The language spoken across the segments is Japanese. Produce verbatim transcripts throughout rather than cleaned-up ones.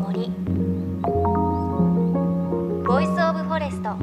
森ボイスオブフォレスト。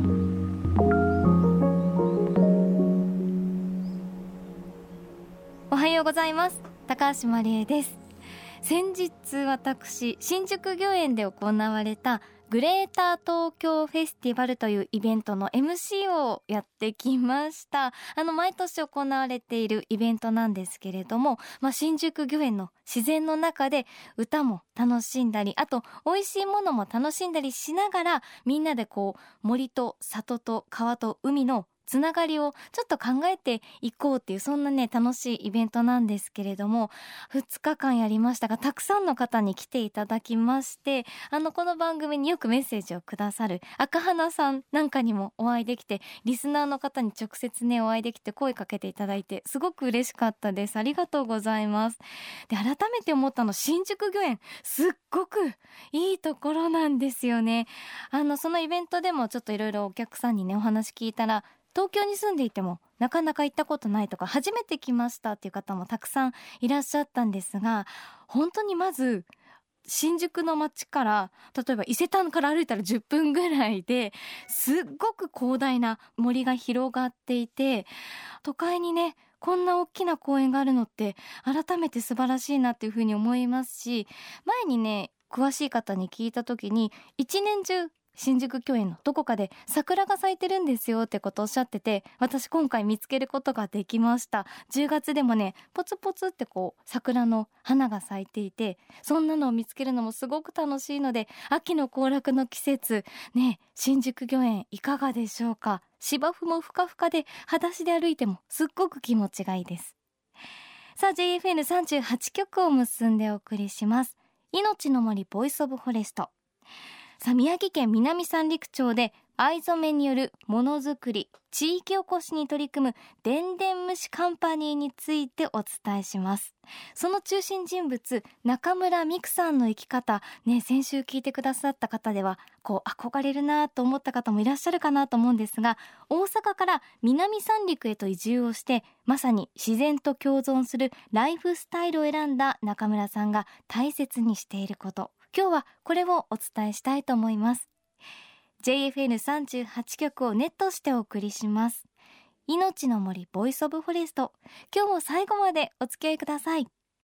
おはようございます。高橋真理恵です。先日私新宿御苑で行われたグレーター東京フェスティバルというイベントの エムシー をやってきました。あの毎年行われているイベントなんですけれども、まあ、新宿御苑の自然の中で歌も楽しんだり、あと美味しいものも楽しんだりしながら、みんなでこう森と里と川と海のつながりをちょっと考えていこうっていう、そんなね楽しいイベントなんですけれども、ふつかかんやりましたが、たくさんの方に来ていただきまして、あのこの番組によくメッセージをくださる赤花さんなんかにもお会いできて、リスナーの方に直接ねお会いできて声かけていただいて、すごく嬉しかったです。ありがとうございます。で、改めて思ったの、新宿御苑すっごくいいところなんですよね。あのそのイベントでもちょっといろいろお客さんにねお話聞いたら、東京に住んでいてもなかなか行ったことないとか、初めて来ましたっていう方もたくさんいらっしゃったんですが、本当にまず新宿の街から、例えば伊勢丹から歩いたらじゅっぷんぐらいですっごく広大な森が広がっていて、都会にねこんな大きな公園があるのって改めて素晴らしいなっていうふうに思いますし、前にね詳しい方に聞いた時に、一年中新宿御苑のどこかで桜が咲いてるんですよってことをおっしゃってて、私今回見つけることができました。じゅうがつでもねポツポツってこう桜の花が咲いていて、そんなのを見つけるのもすごく楽しいので、秋の行楽の季節ね、新宿御苑いかがでしょうか。芝生もふかふかで裸足で歩いてもすっごく気持ちがいいです。さあ ジェイエフエヌさんじゅうはち 曲を結んでお送りします。命の森ボイスオブフォレスト。さあ宮城県南三陸町で藍染めによるものづくり、地域おこしに取り組むでんでん虫カンパニーについてお伝えします。その中心人物中村美久さんの生き方ね、先週聞いてくださった方ではこう憧れるなと思った方もいらっしゃるかなと思うんですが、大阪から南三陸へと移住をして、まさに自然と共存するライフスタイルを選んだ中村さんが大切にしていること、今日はこれをお伝えしたいと思います。 ジェイエフエヌさんじゅうはち 曲をネットしてお送りします。命の森ボイスオブフォレスト、今日も最後までお付き合いください。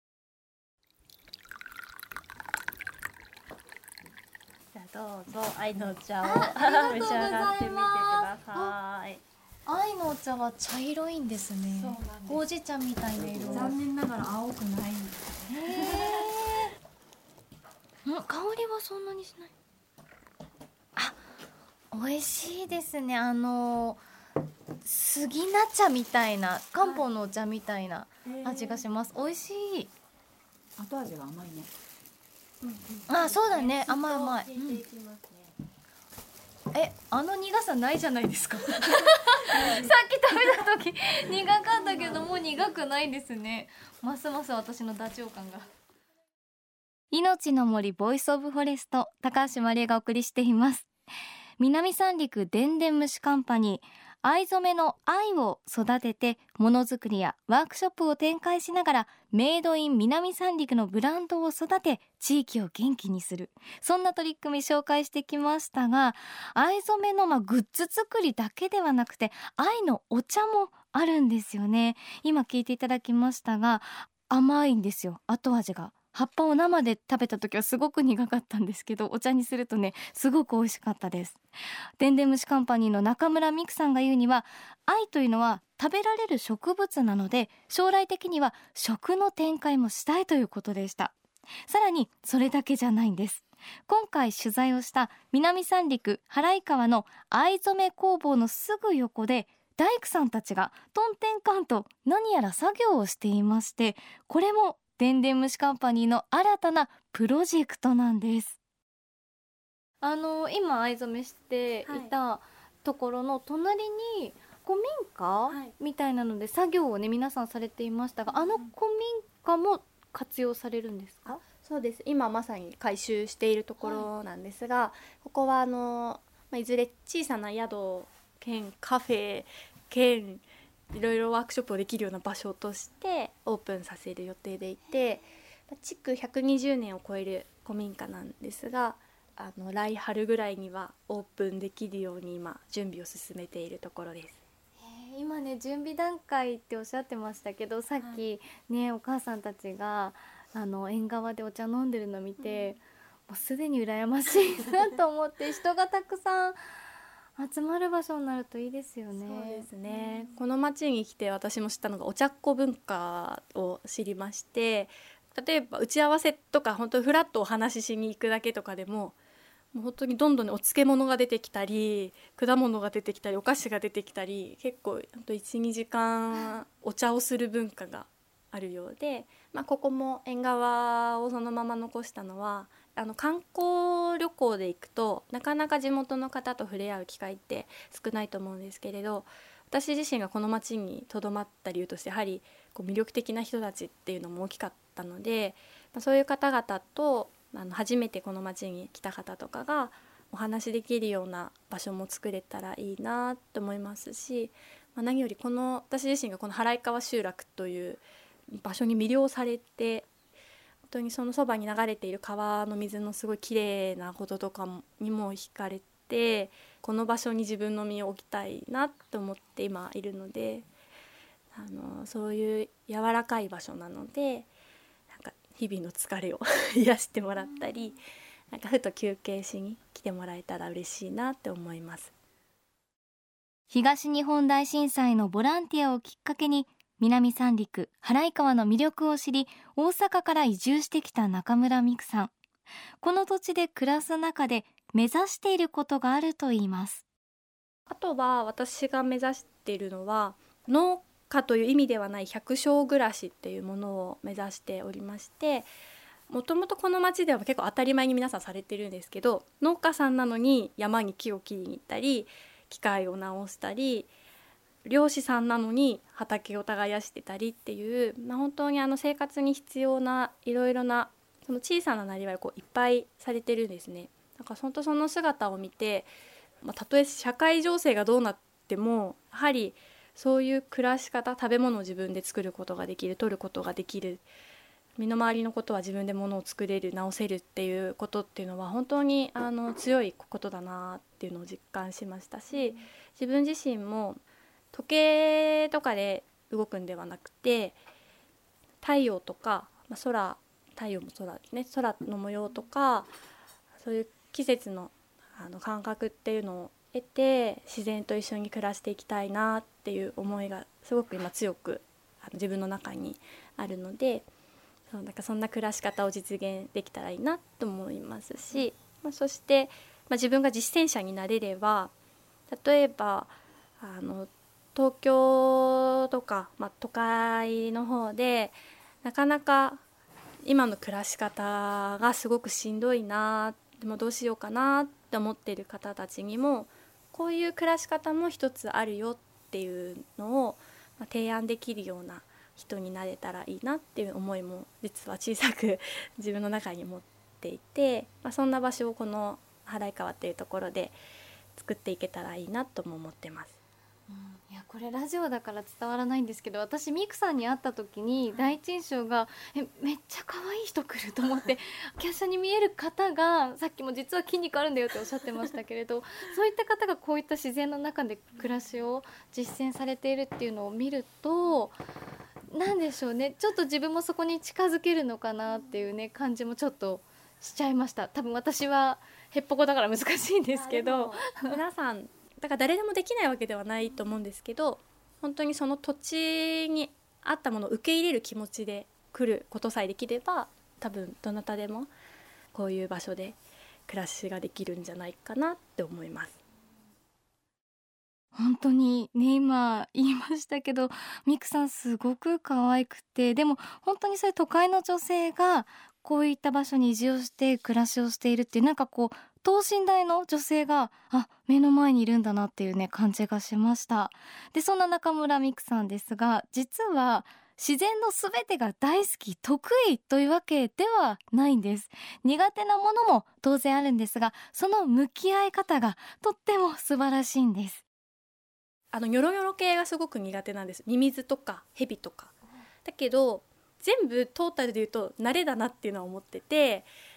じゃあどうぞ愛のお茶をあ召し上がってみてください。 愛のお茶は茶色いんですね。 そうなんです。 ほうじ茶みたいな色。 残念ながら青くないんです。 へー、香りはそんなにしない。あ、美味しいですね。あの杉菜茶みたいな、漢方のお茶みたいな味がします。美味しい。 後味が甘いね。 あ、そうだね、甘い甘い、 引いていきますね。 うん、え、あの苦さないじゃないですかさっき食べた時苦かったけど、もう苦くないですね。ますます私のダチョウ感が。命の森ボイスオブフォレスト、高橋真理恵がお送りしています。南三陸でんでん虫カンパニー、藍染めの藍を育ててものづくりやワークショップを展開しながら、メイドイン南三陸のブランドを育て地域を元気にする、そんな取り組み紹介してきましたが、藍染めのまあグッズ作りだけではなくて、藍のお茶もあるんですよね。今聞いていただきましたが、甘いんですよ、後味が。葉っぱを生で食べた時はすごく苦かったんですけど、お茶にするとねすごく美味しかったです。でんでん虫カンパニーの中村美久さんが言うには、藍というのは食べられる植物なので、将来的には食の展開もしたいということでした。さらにそれだけじゃないんです。今回取材をした南三陸原井川の藍染め工房のすぐ横で、大工さんたちがトンテンカンと何やら作業をしていまして、これもでんでん虫カンパニーの新たなプロジェクトなんです。あの今藍染めしていたところの隣に古民家、はい、みたいなので作業をね皆さんされていましたが、あの古民家も活用されるんですか？ あ、そうです。今まさに改修しているところなんですが、はい、ここはあの、まあ、いずれ小さな宿兼カフェ兼いろいろワークショップをできるような場所としてオープンさせる予定でいて、築ひゃくにじゅうねんを超える古民家なんですが、あの来春ぐらいにはオープンできるように今準備を進めているところです。 えー今ね準備段階っておっしゃってましたけど、さっきね、お母さんたちがあの縁側でお茶飲んでるの見て、もうすでに羨ましいなと思って人がたくさん集まる場所になるといいですよね。 そうですね、この町に来て私も知ったのがお茶っ子文化を知りまして、例えば打ち合わせとか本当にフラッとお話ししに行くだけとかでも、もう本当にどんどんお漬物が出てきたり果物が出てきたりお菓子が出てきたり、結構あといちにじかんお茶をする文化があるようで、まあ、ここも縁側をそのまま残したのは、あの観光旅行で行くとなかなか地元の方と触れ合う機会って少ないと思うんですけれど、私自身がこの町にとどまった理由としてやはりこう魅力的な人たちっていうのも大きかったので、まあ、そういう方々とあの初めてこの町に来た方とかがお話できるような場所も作れたらいいなと思いますし、まあ、何よりこの私自身がこの祓い川集落という場所に魅了されて、本当にそのそばに流れている川の水のすごい綺麗なこととかにも惹かれて、この場所に自分の身を置きたいなと思って今いるので、あのそういう柔らかい場所なので、なんか日々の疲れを癒してもらったり、なんかふと休憩しに来てもらえたら嬉しいなって思います。 東日本大震災のボランティアをきっかけに南三陸祓川の魅力を知り、大阪から移住してきた中村美久さん。この土地で暮らす中で目指していることがあるといいます。 あとは私が目指しているのは、農家という意味ではない百姓暮らしっていうものを目指しておりまして、もともとこの町では結構当たり前に皆さんされてるんですけど、農家さんなのに山に木を切りに行ったり機械を直したり、漁師さんなのに畑を耕してたりっていう、まあ、本当にあの生活に必要ないろいろなその小さななりわいをこういっぱいされてるんですね。だから本当その姿を見て、まあ、たとえ社会情勢がどうなってもやはりそういう暮らし方、食べ物を自分で作ることができる、取ることができる、身の回りのことは自分で物を作れる、直せるっていうことっていうのは本当にあの強いことだなっていうのを実感しましたし、自分自身も時計とかで動くんではなくて、太陽とか、まあ、空太陽も空ですね、空の模様とかそういう季節の、あの感覚っていうのを得て自然と一緒に暮らしていきたいなっていう思いがすごく今強くあの自分の中にあるので、そうなんかそんな暮らし方を実現できたらいいなと思いますし、まあ、そして、まあ、自分が実践者になれれば、例えばあの東京とか、まあ、都会の方でなかなか今の暮らし方がすごくしんどいな、でもどうしようかなって思っている方たちにもこういう暮らし方も一つあるよっていうのを、まあ、提案できるような人になれたらいいなっていう思いも実は小さく自分の中に持っていて、まあ、そんな場所をこの祓川っていうところで作っていけたらいいなとも思ってます。 うん、いやこれラジオだから伝わらないんですけど、私ミクさんに会った時に第一印象がえめっちゃ可愛い人来ると思って華奢に見える方が、さっきも実は筋肉あるんだよっておっしゃってましたけれど、そういった方がこういった自然の中で暮らしを実践されているっていうのを見ると、なんでしょうね、ちょっと自分もそこに近づけるのかなっていうね感じもちょっとしちゃいました。多分私はへっぽこだから難しいんですけど、 皆さんだから誰でもできないわけではないと思うんですけど、本当にその土地に合ったものを受け入れる気持ちで来ることさえできれば、多分どなたでもこういう場所で暮らしができるんじゃないかなって思います。 本当にね、今言いましたけどミクさんすごく可愛くて、でも本当にそういう都会の女性がこういった場所に移住をして暮らしをしているっていう、なんかこう等身大の女性があ目の前にいるんだなっていうね感じがしました。でそんな中村美久さんですが、実は自然のすべてが大好き得意というわけではないんです。苦手なものも当然あるんですが、その向き合い方がとっても素晴らしいんです。 あのニョロニョロ系がすごく苦手なんです。ミミズとかヘビとかだけど全部トータルで言うと慣れだなっていうのは思ってて、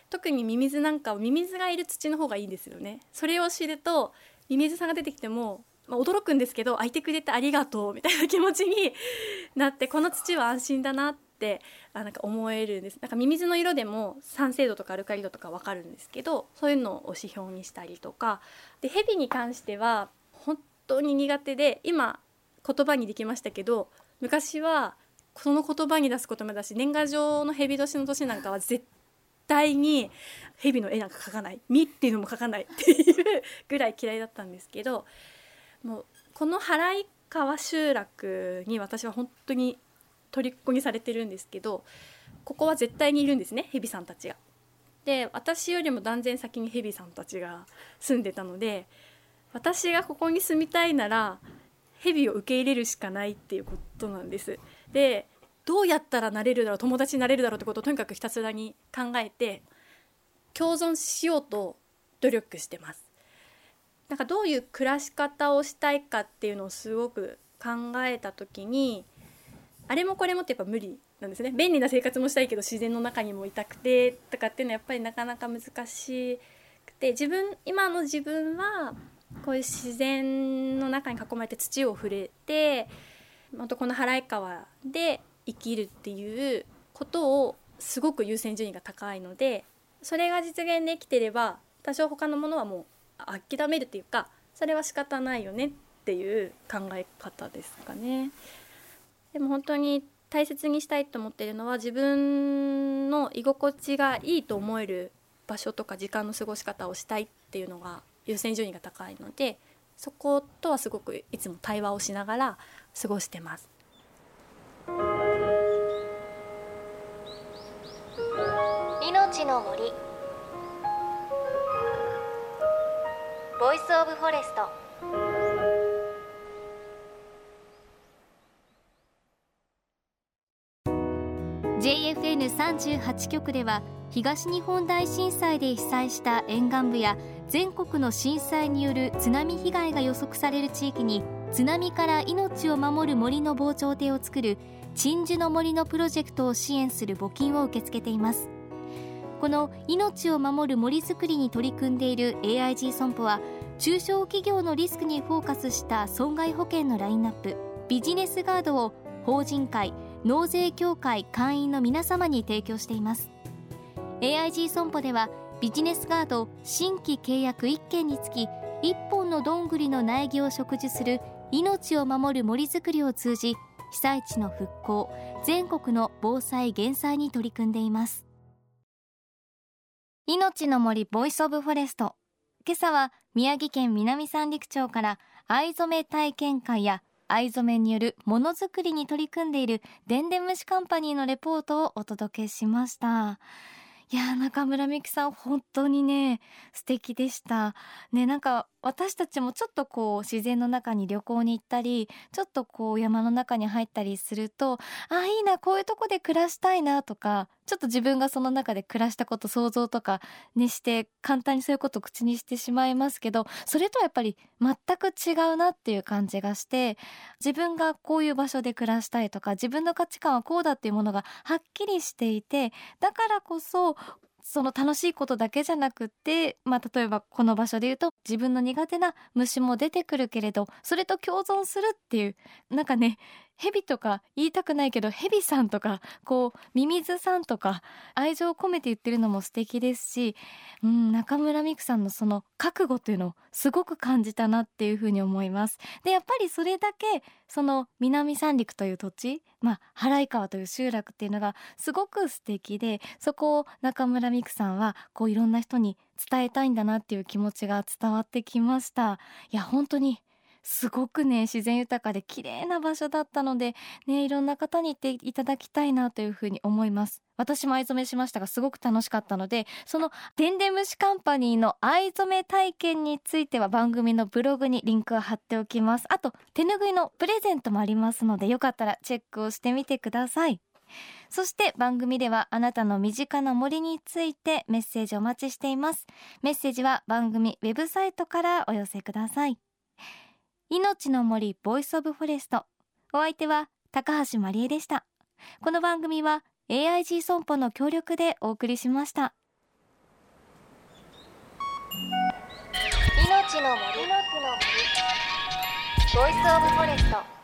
特にミミズなんかはミミズがいる土の方がいいんですよね。それを知るとミミズさんが出てきても、まあ、驚くんですけど、あいてくれてありがとうみたいな気持ちになって、この土は安心だなってあなんか思えるんです。なんかミミズの色でも酸性度とかアルカリ度とか分かるんですけど、そういうのを指標にしたりとかで、ヘビに関しては本当に苦手で、今言葉にできましたけど、昔はその言葉に出すこともだし、年賀状のヘビ年の年なんかは絶対にヘビの絵なんか描かない、実っていうのも描かないっていうぐらい嫌いだったんですけど、もうこの原井川集落に私は本当に虜にされてるんですけど、ここは絶対にいるんですね、ヘビさんたちが。で私よりも断然先にヘビさんたちが住んでたので、私がここに住みたいならヘビを受け入れるしかないっていうことなんです。でどうやったらなれるだろう、友達になれるだろうってことをとにかくひたすらに考えて共存しようと努力してます。なんかどういう暮らし方をしたいかっていうのをすごく考えた時に、あれもこれもってやっぱ無理なんですね。便利な生活もしたいけど自然の中にもいたくてとかっていうのはやっぱりなかなか難しくて、自分今の自分はこういう自然の中に囲まれて土を触れて、本当この原井川で生きるっていうことをすごく優先順位が高いので、それが実現できてれば多少他のものはもう諦めるっていうか、それは仕方ないよねっていう考え方ですかね。でも本当に大切にしたいと思っているのは、自分の居心地がいいと思える場所とか時間の過ごし方をしたいっていうのが優先順位が高いので、そことはすごくいつも対話をしながら過ごしてます。 命の森ボイスオブフォレスト。ジェイエフエヌさんじゅうはち 局では東日本大震災で被災した沿岸部や全国の震災による津波被害が予測される地域に津波から命を守る森の防潮堤を作る鎮守の森のプロジェクトを支援する募金を受け付けています。この命を守る森づくりに取り組んでいる エーアイジー 損保は、中小企業のリスクにフォーカスした損害保険のラインナップビジネスガードを法人会、納税協会会員の皆様に提供しています。 エーアイジー 損保ではビジネスガード新規契約いっけんにつきいっぽんのどんぐりの苗木を植樹する命を守る森づくりを通じ、被災地の復興、全国の防災減災に取り組んでいます。命の森ボイスオブフォレスト。今朝は宮城県南三陸町から藍染め体験会や藍染めによるものづくりに取り組んでいるでんでん虫カンパニーのレポートをお届けしました。いやー、中村美樹さん本当にね素敵でしたね。なんか私たちもちょっとこう自然の中に旅行に行ったり、ちょっとこう山の中に入ったりすると、あ、いいな、こういうとこで暮らしたいなとか、ちょっと自分がその中で暮らしたこと想像とかにして簡単にそういうことを口にしてしまいますけど、それとはやっぱり全く違うなっていう感じがして、自分がこういう場所で暮らしたいとか、自分の価値観はこうだっていうものがはっきりしていて、だからこそその楽しいことだけじゃなくって、まあ、例えばこの場所で言うと自分の苦手な虫も出てくるけれど、それと共存するっていう、なんかね、ヘビとか言いたくないけどヘビさんとかこうミミズさんとか愛情を込めて言ってるのも素敵ですし、うん、中村美久さんのその覚悟っていうのをすごく感じたなっていうふうに思います。でやっぱりそれだけその南三陸という土地、まあ、原井川という集落っていうのがすごく素敵で、そこを中村美久さんはこういろんな人に伝えたいんだなっていう気持ちが伝わってきました。いや本当にすごくね自然豊かで綺麗な場所だったのでね、いろんな方に行っていただきたいなというふうに思います。私も藍染めしましたがすごく楽しかったので、そのでんでん虫カンパニーの藍染め体験については番組のブログにリンクを貼っておきます。あと手ぬぐいのプレゼントもありますので、よかったらチェックをしてみてください。そして番組ではあなたの身近な森についてメッセージお待ちしています。メッセージは番組ウェブサイトからお寄せください。命の森ボイスオブフォレスト、お相手は高橋まりえでした。この番組は エーアイジー 損保の協力でお送りしました。 の森ボイスオブフォレスト。